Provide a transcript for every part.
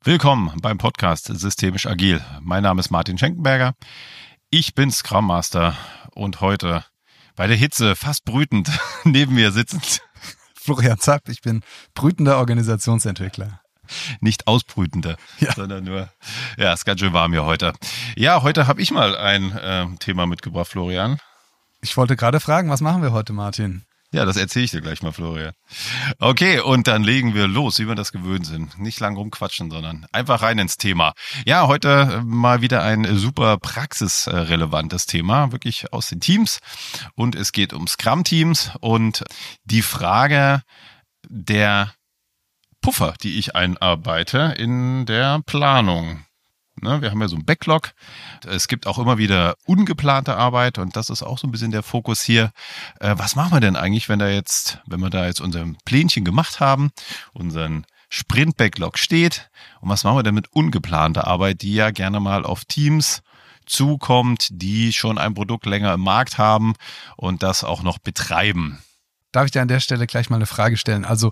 Willkommen beim Podcast Systemisch Agil. Mein Name ist Martin Schenkenberger. Ich bin Scrum Master und heute bei der Hitze fast brütend neben mir sitzend Florian Zapp, ich bin brütender Organisationsentwickler. Nicht ausbrütender, sondern nur, ja, ist ganz schön warm hier heute. Ja, heute habe ich mal ein Thema mitgebracht, Florian. Ich wollte gerade fragen, was machen wir heute, Martin? Ja, das erzähle ich dir gleich mal, Florian. Okay, und dann legen wir los, wie wir das gewöhnt sind. Nicht lang rumquatschen, sondern einfach rein ins Thema. Ja, heute mal wieder ein super praxisrelevantes Thema, wirklich aus den Teams. Und es geht um Scrum-Teams und die Frage der Puffer, die ich einarbeite in der Planung. Wir haben ja so einen Backlog. Es gibt auch immer wieder ungeplante Arbeit und das ist auch so ein bisschen der Fokus hier. Was machen wir denn eigentlich, wenn wir da jetzt unser Plänchen gemacht haben, unseren Sprint-Backlog steht? Und was machen wir denn mit ungeplanter Arbeit, die ja gerne mal auf Teams zukommt, die schon ein Produkt länger im Markt haben und das auch noch betreiben? Darf ich dir an der Stelle gleich mal eine Frage stellen? Also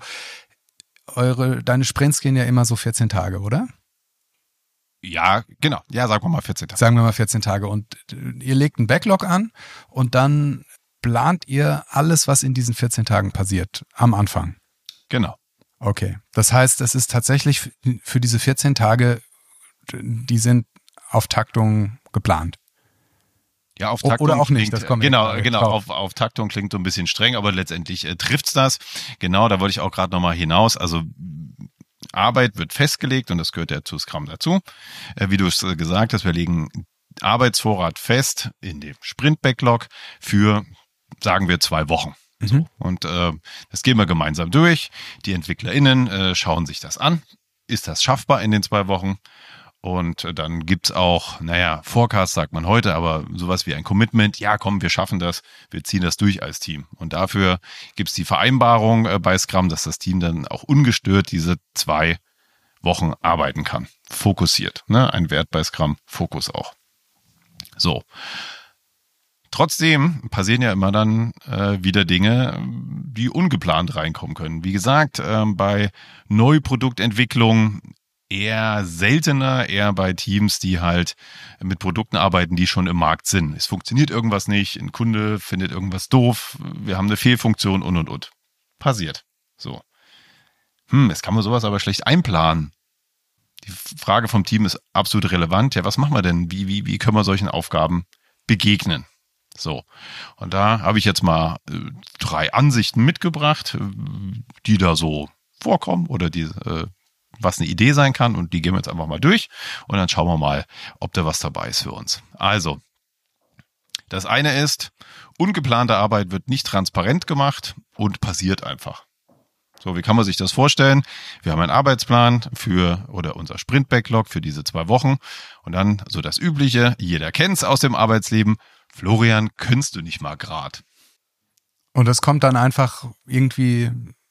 deine Sprints gehen ja immer so 14 Tage, oder? Ja, genau. Ja, sagen wir mal 14 Tage. Sagen wir mal 14 Tage. Und ihr legt einen Backlog an und dann plant ihr alles, was in diesen 14 Tagen passiert, am Anfang. Genau. Okay. Das heißt, es ist tatsächlich für diese 14 Tage, die sind auf Taktung geplant. Ja, auf Taktung oder auch nicht, klingt, das kommt genau, auf Taktung klingt so ein bisschen streng, aber letztendlich trifft's das. Genau, da wollte ich auch gerade nochmal hinaus. Also Arbeit wird festgelegt und das gehört ja zu Scrum dazu. Wie du es gesagt hast, wir legen Arbeitsvorrat fest in dem Sprint-Backlog für, sagen wir, 2 Wochen. So. Und das gehen wir gemeinsam durch. Die EntwicklerInnen schauen sich das an. Ist das schaffbar in den 2 Wochen? Und dann gibt's auch, Forecast sagt man heute, aber sowas wie ein Commitment. Ja, komm, wir schaffen das, wir ziehen das durch als Team. Und dafür gibt's die Vereinbarung bei Scrum, dass das Team dann auch ungestört diese 2 Wochen arbeiten kann. Fokussiert, ein Wert bei Scrum, Fokus auch. So. Trotzdem passieren ja immer dann wieder Dinge, die ungeplant reinkommen können. Wie gesagt, bei Neuproduktentwicklung eher seltener, eher bei Teams, die halt mit Produkten arbeiten, die schon im Markt sind. Es funktioniert irgendwas nicht, ein Kunde findet irgendwas doof, wir haben eine Fehlfunktion und. Passiert. So. Jetzt kann man sowas aber schlecht einplanen. Die Frage vom Team ist absolut relevant. Ja, was machen wir denn? Wie können wir solchen Aufgaben begegnen? So. Und da habe ich jetzt mal 3 Ansichten mitgebracht, die da so vorkommen oder die was eine Idee sein kann und die gehen wir jetzt einfach mal durch und dann schauen wir mal, ob da was dabei ist für uns. Also, das eine ist, ungeplante Arbeit wird nicht transparent gemacht und passiert einfach. So, wie kann man sich das vorstellen? Wir haben einen Arbeitsplan oder unser Sprint-Backlog für diese 2 Wochen und dann so das Übliche, jeder kennt's aus dem Arbeitsleben, Florian, könntest du nicht mal grad. Und das kommt dann einfach irgendwie,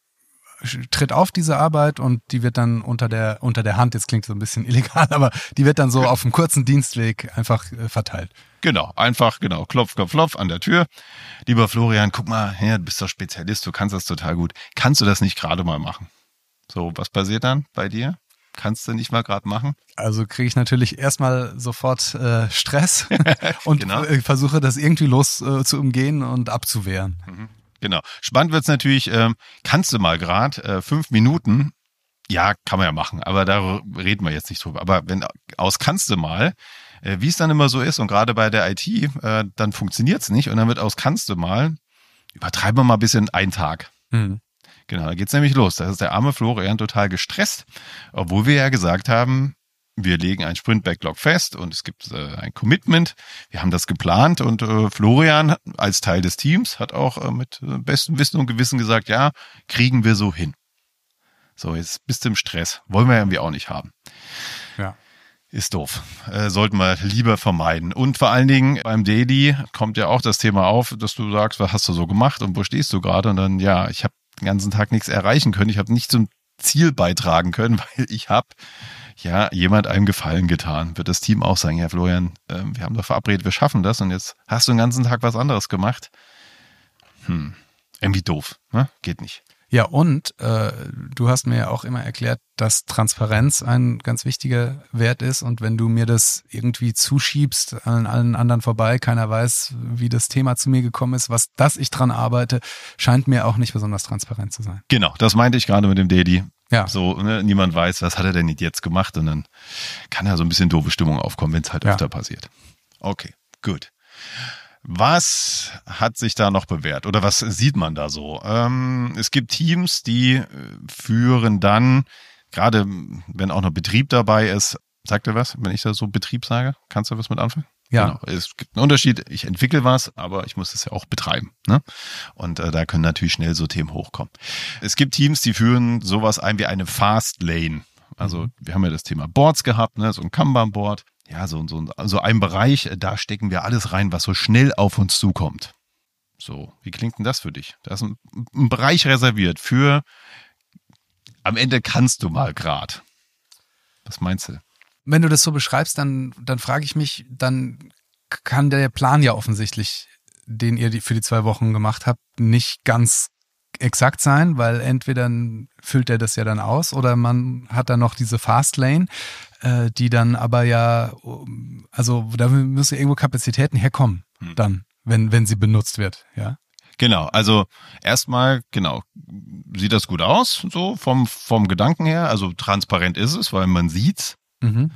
tritt auf diese Arbeit und die wird dann unter der Hand, jetzt klingt so ein bisschen illegal, aber die wird dann so auf einem kurzen Dienstweg einfach verteilt. Genau, klopf, klopf, klopf an der Tür. Lieber Florian, guck mal, du bist doch Spezialist, du kannst das total gut. Kannst du das nicht gerade mal machen? So, was passiert dann bei dir? Kannst du nicht mal gerade machen? Also kriege ich natürlich erstmal sofort Stress und genau. Versuche das irgendwie zu umgehen und abzuwehren. Genau. Spannend wird's natürlich, kannst du mal gerade 5 Minuten, ja, kann man ja machen, aber da reden wir jetzt nicht drüber. Aber kannst du mal, wie es dann immer so ist und gerade bei der IT, dann funktioniert's nicht und dann wird kannst du mal, übertreiben wir mal ein bisschen, 1 Tag. Genau, da geht's nämlich los. Da ist der arme Florian total gestresst, obwohl wir ja gesagt haben, wir legen ein Sprint-Backlog fest und es gibt ein Commitment. Wir haben das geplant und Florian als Teil des Teams hat auch mit bestem Wissen und Gewissen gesagt, ja, kriegen wir so hin. So, jetzt bist du im Stress. Wollen wir irgendwie auch nicht haben. Ja. Ist doof. Sollten wir lieber vermeiden. Und vor allen Dingen beim Daily kommt ja auch das Thema auf, dass du sagst, was hast du so gemacht und wo stehst du gerade? Und dann, ja, ich habe den ganzen Tag nichts erreichen können. Ich habe nicht zum Ziel beitragen können, weil ich habe jemand einem Gefallen getan. Wird das Team auch sagen, ja Florian, wir haben doch verabredet, wir schaffen das und jetzt hast du den ganzen Tag was anderes gemacht. Irgendwie doof, ne? Geht nicht. Ja, und du hast mir ja auch immer erklärt, dass Transparenz ein ganz wichtiger Wert ist. Und wenn du mir das irgendwie zuschiebst an allen anderen vorbei, keiner weiß, wie das Thema zu mir gekommen ist, dass ich dran arbeite, scheint mir auch nicht besonders transparent zu sein. Genau, das meinte ich gerade mit dem Daily. Ja. So, ne, niemand weiß, was hat er denn jetzt gemacht, und dann kann ja so ein bisschen doofe Stimmung aufkommen, wenn es halt öfter passiert. Okay, gut. Was hat sich da noch bewährt oder was sieht man da so? Es gibt Teams, die führen dann, gerade wenn auch noch Betrieb dabei ist, sagt ihr was, wenn ich da so Betrieb sage? Kannst du was mit anfangen? Ja. Genau. Es gibt einen Unterschied, ich entwickle was, aber ich muss es ja auch betreiben. Ne? Und da können natürlich schnell so Themen hochkommen. Es gibt Teams, die führen sowas ein wie eine Fast Lane. Also wir haben ja das Thema Boards gehabt, ne? So ein Kanban-Board. Ja, so ein Bereich, da stecken wir alles rein, was so schnell auf uns zukommt. So, wie klingt denn das für dich? Da ist ein Bereich reserviert für, am Ende kannst du mal grad. Was meinst du? Wenn du das so beschreibst, dann frage ich mich, dann kann der Plan ja offensichtlich, den ihr für die 2 Wochen gemacht habt, nicht ganz exakt sein, weil entweder füllt er das ja dann aus oder man hat dann noch diese Fastlane, die dann aber ja, also da müssen irgendwo Kapazitäten herkommen, dann, wenn sie benutzt wird, ja. Genau, also erstmal, sieht das gut aus, so vom Gedanken her, also transparent ist es, weil man sieht's. Mhm.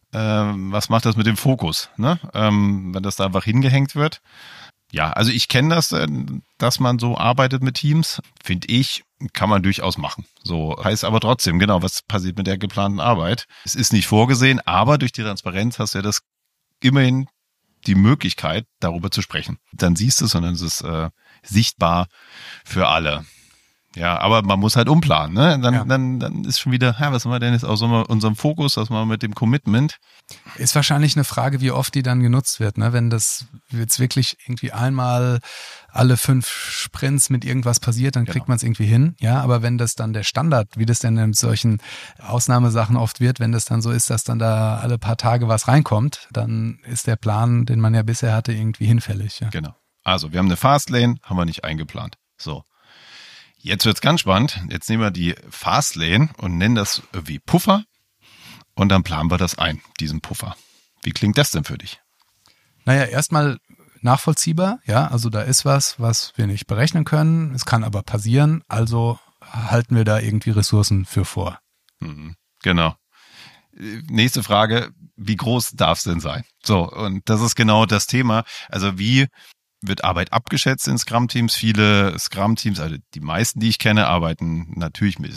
Was macht das mit dem Fokus, ne? Wenn das da einfach hingehängt wird? Ja, also ich kenne das, dass man so arbeitet mit Teams, finde ich, kann man durchaus machen. So heißt aber trotzdem, genau, was passiert mit der geplanten Arbeit? Es ist nicht vorgesehen, aber durch die Transparenz hast du ja das immerhin die Möglichkeit, darüber zu sprechen. Dann siehst du es und dann ist es sichtbar für alle. Ja, aber man muss halt umplanen, ne? Dann ist schon wieder, was haben wir denn jetzt aus unserem Fokus, was machen wir mit dem Commitment? Ist wahrscheinlich eine Frage, wie oft die dann genutzt wird, ne? Wenn das jetzt wirklich irgendwie einmal alle 5 Sprints mit irgendwas passiert, dann kriegt man es irgendwie hin, ja, aber wenn das dann der Standard, wie das denn in solchen Ausnahmesachen oft wird, wenn das dann so ist, dass dann da alle paar Tage was reinkommt, dann ist der Plan, den man ja bisher hatte, irgendwie hinfällig, ja. Genau. Also, wir haben eine Fastlane, haben wir nicht eingeplant. So. Jetzt wird's ganz spannend. Jetzt nehmen wir die Fastlane und nennen das wie Puffer und dann planen wir das ein, diesen Puffer. Wie klingt das denn für dich? Naja, erstmal nachvollziehbar, ja, also da ist was wir nicht berechnen können, es kann aber passieren, also halten wir da irgendwie Ressourcen für vor. Genau. Nächste Frage, wie groß darf es denn sein? So, und das ist genau das Thema. Also wie wird Arbeit abgeschätzt in Scrum-Teams? Viele Scrum-Teams, also die meisten, die ich kenne, arbeiten natürlich mit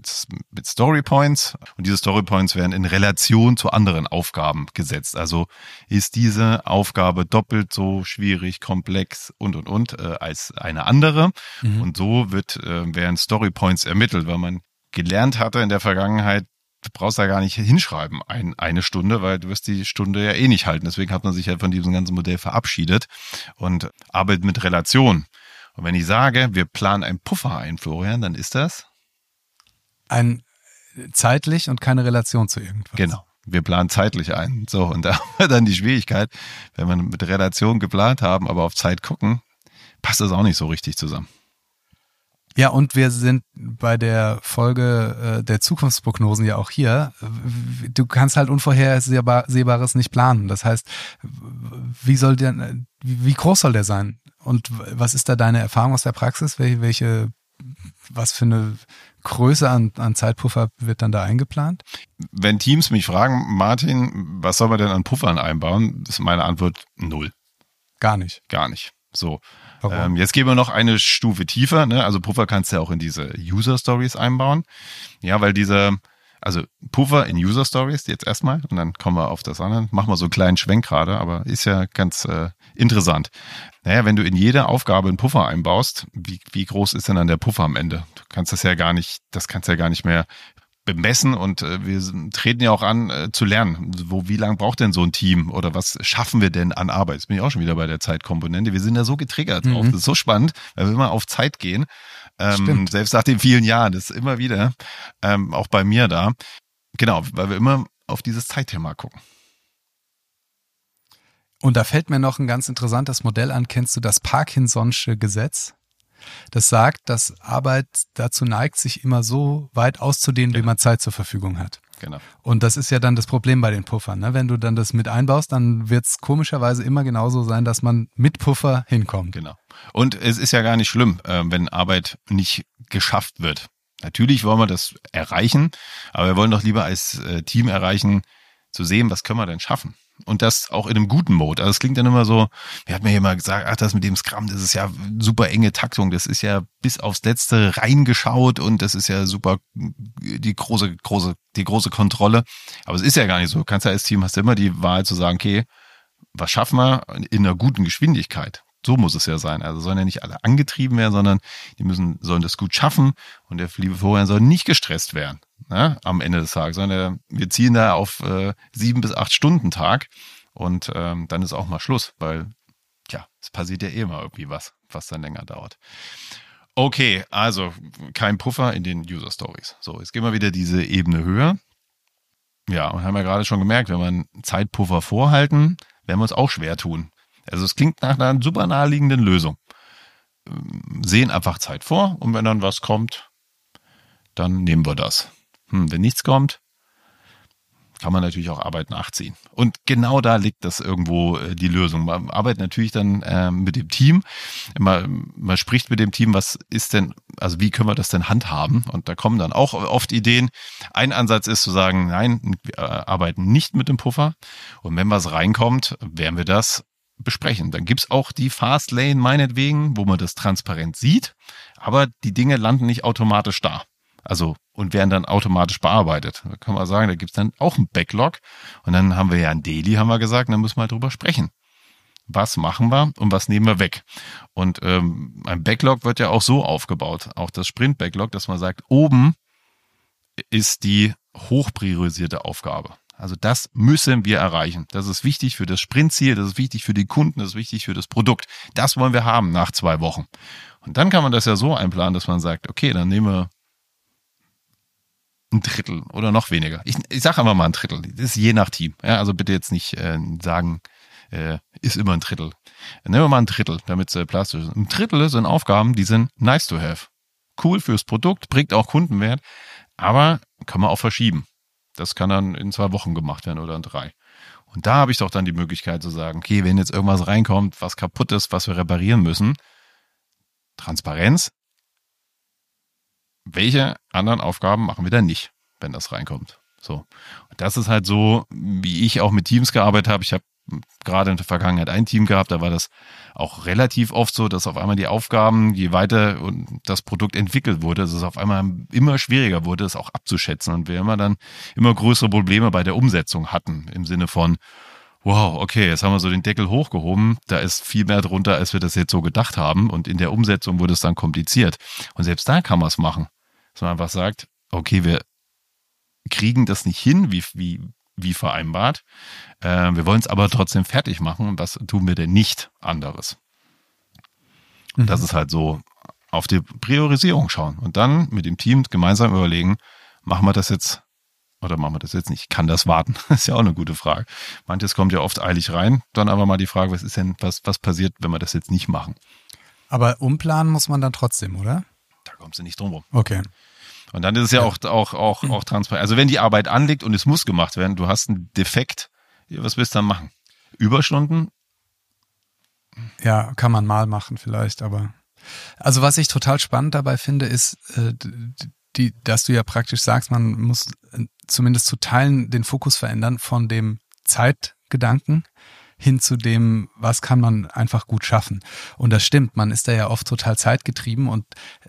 Storypoints. Und diese Storypoints werden in Relation zu anderen Aufgaben gesetzt. Also ist diese Aufgabe doppelt so schwierig, komplex und als eine andere. Und so werden Storypoints ermittelt, weil man gelernt hatte in der Vergangenheit, du brauchst da gar nicht hinschreiben, eine Stunde, weil du wirst die Stunde ja eh nicht halten. Deswegen hat man sich ja von diesem ganzen Modell verabschiedet und arbeitet mit Relation. Und wenn ich sage, wir planen einen Puffer ein, Florian, dann ist das? Ein zeitlich und keine Relation zu irgendwas. Genau. Wir planen zeitlich ein. So, und da haben wir dann die Schwierigkeit, wenn wir mit Relation geplant haben, aber auf Zeit gucken, passt das auch nicht so richtig zusammen. Ja, und wir sind bei der Folge der Zukunftsprognosen ja auch hier. Du kannst halt Unvorhersehbares nicht planen. Das heißt, wie groß soll der sein? Und was ist da deine Erfahrung aus der Praxis? Was für eine Größe an Zeitpuffer wird dann da eingeplant? Wenn Teams mich fragen, Martin, was soll man denn an Puffern einbauen, ist meine Antwort 0. Gar nicht. Gar nicht. So. Warum? Jetzt gehen wir noch eine Stufe tiefer, ne? Also Puffer kannst du ja auch in diese User Stories einbauen. Ja, weil Puffer in User Stories jetzt erstmal und dann kommen wir auf das andere. Machen wir so einen kleinen Schwenk gerade, aber ist ja ganz interessant. Naja, wenn du in jede Aufgabe einen Puffer einbaust, wie groß ist denn dann der Puffer am Ende? Das kannst du ja gar nicht mehr bemessen und wir treten ja auch an zu lernen. Wie lange braucht denn so ein Team oder was schaffen wir denn an Arbeit? Jetzt bin ich auch schon wieder bei der Zeitkomponente. Wir sind ja so getriggert drauf. Das ist so spannend, weil wir immer auf Zeit gehen. Selbst nach den vielen Jahren, das ist immer wieder auch bei mir da. Genau, weil wir immer auf dieses Zeitthema gucken. Und da fällt mir noch ein ganz interessantes Modell an. Kennst du das Parkinson'sche Gesetz? Das sagt, dass Arbeit dazu neigt, sich immer so weit auszudehnen, wie man Zeit zur Verfügung hat. Genau. Und das ist ja dann das Problem bei den Puffern. Ne? Wenn du dann das mit einbaust, dann wird es komischerweise immer genauso sein, dass man mit Puffer hinkommt. Genau. Und es ist ja gar nicht schlimm, wenn Arbeit nicht geschafft wird. Natürlich wollen wir das erreichen, aber wir wollen doch lieber als Team erreichen, zu sehen, was können wir denn schaffen. Und das auch in einem guten Mode. Also es klingt dann immer so, wir hatten mir hier mal gesagt, ach, das mit dem Scrum, das ist ja super enge Taktung, das ist ja bis aufs Letzte reingeschaut und das ist ja super die große Kontrolle. Aber es ist ja gar nicht so. Du kannst ja als Team, hast du immer die Wahl zu sagen, okay, was schaffen wir in einer guten Geschwindigkeit? So muss es ja sein. Also sollen ja nicht alle angetrieben werden, sondern sollen das gut schaffen und der liebe Florian soll nicht gestresst werden, ne, am Ende des Tages, sondern wir ziehen da auf 7 bis 8 Stunden Tag und dann ist auch mal Schluss, weil es passiert ja eh immer irgendwie was dann länger dauert. Okay, also kein Puffer in den User Stories. So, jetzt gehen wir wieder diese Ebene höher. Ja, und haben ja gerade schon gemerkt, wenn wir einen Zeitpuffer vorhalten, werden wir uns auch schwer tun. Also es klingt nach einer super naheliegenden Lösung. Sehen einfach Zeit vor und wenn dann was kommt, dann nehmen wir das. Wenn nichts kommt, kann man natürlich auch Arbeit nachziehen. Und genau da liegt das irgendwo die Lösung. Man arbeitet natürlich dann mit dem Team. Man spricht mit dem Team, was ist denn, also wie können wir das denn handhaben? Und da kommen dann auch oft Ideen. Ein Ansatz ist zu sagen, nein, wir arbeiten nicht mit dem Puffer. Und wenn was reinkommt, werden wir das besprechen. Dann gibt's auch die Fastlane meinetwegen, wo man das transparent sieht, aber die Dinge landen nicht automatisch da. Also und werden dann automatisch bearbeitet. Da kann man sagen, da gibt's dann auch einen Backlog und dann haben wir ja ein Daily, haben wir gesagt, dann müssen wir drüber sprechen. Was machen wir und was nehmen wir weg? Und ein Backlog wird ja auch so aufgebaut, auch das Sprint-Backlog, dass man sagt, oben ist die hochpriorisierte Aufgabe. Also das müssen wir erreichen. Das ist wichtig für das Sprintziel, das ist wichtig für die Kunden, das ist wichtig für das Produkt. Das wollen wir haben nach 2 Wochen. Und dann kann man das ja so einplanen, dass man sagt, okay, dann nehmen wir ein Drittel oder noch weniger. Ich sage einfach mal ein Drittel. Das ist je nach Team. Ja, also bitte jetzt nicht sagen, ist immer ein Drittel. Nehmen wir mal ein Drittel, damit es plastisch ist. Ein Drittel sind Aufgaben, die sind nice to have. Cool fürs Produkt, bringt auch Kundenwert, aber kann man auch verschieben. Das kann dann in 2 Wochen gemacht werden oder in 3. Und da habe ich doch dann die Möglichkeit zu sagen, okay, wenn jetzt irgendwas reinkommt, was kaputt ist, was wir reparieren müssen, Transparenz, welche anderen Aufgaben machen wir dann nicht, wenn das reinkommt. So. Und das ist halt so, wie ich auch mit Teams gearbeitet habe. Ich habe gerade in der Vergangenheit ein Team gehabt, da war das auch relativ oft so, dass auf einmal die Aufgaben, je weiter das Produkt entwickelt wurde, dass es auf einmal immer schwieriger wurde, es auch abzuschätzen und wir immer größere Probleme bei der Umsetzung hatten, im Sinne von, wow, okay, jetzt haben wir so den Deckel hochgehoben, da ist viel mehr drunter, als wir das jetzt so gedacht haben und in der Umsetzung wurde es dann kompliziert. Und selbst da kann man es machen, dass man einfach sagt, okay, wir kriegen das nicht hin, wie vereinbart. Wir wollen es aber trotzdem fertig machen. Was tun wir denn nicht anderes? Mhm. Das ist halt so, auf die Priorisierung schauen und dann mit dem Team gemeinsam überlegen, machen wir das jetzt oder machen wir das jetzt nicht? Kann das warten? Das ist ja auch eine gute Frage. Manches kommt ja oft eilig rein. Dann aber mal die Frage, was passiert, wenn wir das jetzt nicht machen? Aber umplanen muss man dann trotzdem, oder? Da kommst du nicht drum rum. Okay. Und dann ist es ja auch transparent. Also wenn die Arbeit anliegt und es muss gemacht werden, du hast einen Defekt, was willst du dann machen? Überstunden? Ja, kann man mal machen vielleicht, aber also was ich total spannend dabei finde, ist, dass du ja praktisch sagst, man muss zumindest zu Teilen den Fokus verändern von dem Zeitgedanken hin zu dem, was kann man einfach gut schaffen. Und das stimmt, man ist da ja oft total zeitgetrieben und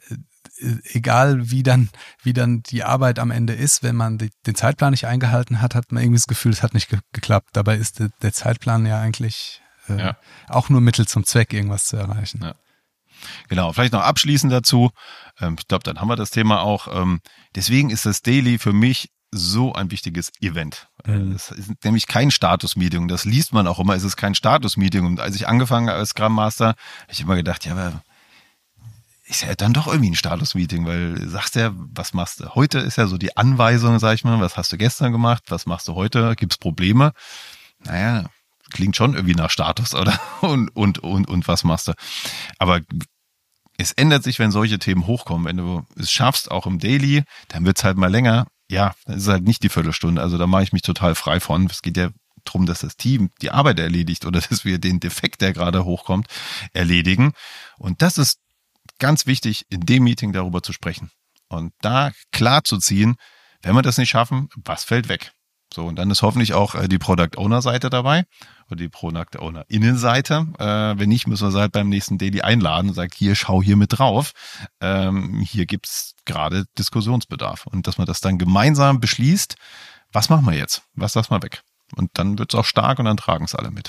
egal wie dann die Arbeit am Ende ist, wenn man den Zeitplan nicht eingehalten hat, hat man irgendwie das Gefühl, es hat nicht geklappt. Dabei ist der Zeitplan ja eigentlich auch nur Mittel zum Zweck, irgendwas zu erreichen. Ja. Genau, vielleicht noch abschließend dazu. Ich glaube, dann haben wir das Thema auch. Deswegen ist das Daily für mich so ein wichtiges Event. Das ist nämlich kein Status-Meeting. Das liest man auch immer, es ist kein Status-Meeting. Und als ich angefangen habe als Scrum Master, habe ich immer gedacht, ja, aber ist ja dann doch irgendwie ein Status-Meeting, weil du sagst ja, was machst du? Heute ist ja so die Anweisung, sag ich mal, was hast du gestern gemacht, was machst du heute, gibt's Probleme? Naja, klingt schon irgendwie nach Status, oder? Und was machst du? Aber es ändert sich, wenn solche Themen hochkommen. Wenn du es schaffst, auch im Daily, dann wird's halt mal länger. Ja, dann ist es halt nicht die Viertelstunde. Also da mache ich mich total frei von. Es geht ja darum, dass das Team die Arbeit erledigt oder dass wir den Defekt, der gerade hochkommt, erledigen. Und das ist ganz wichtig, in dem Meeting darüber zu sprechen. Und da klar zu ziehen, wenn wir das nicht schaffen, was fällt weg? So, und dann ist hoffentlich auch die Product Owner Seite dabei oder die Product Owner Innenseite. Wenn nicht, müssen wir sie halt beim nächsten Daily einladen und sagen, hier, schau hier mit drauf. Hier gibt's gerade Diskussionsbedarf. Und dass man das dann gemeinsam beschließt, was machen wir jetzt? Was lassen wir weg? Und dann wird's auch stark und dann tragen es alle mit.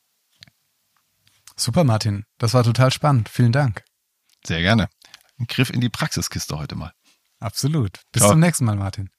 Super, Martin. Das war total spannend. Vielen Dank. Sehr gerne. Ein Griff in die Praxiskiste heute mal. Absolut. Bis Ciao. zum nächsten Mal, Martin.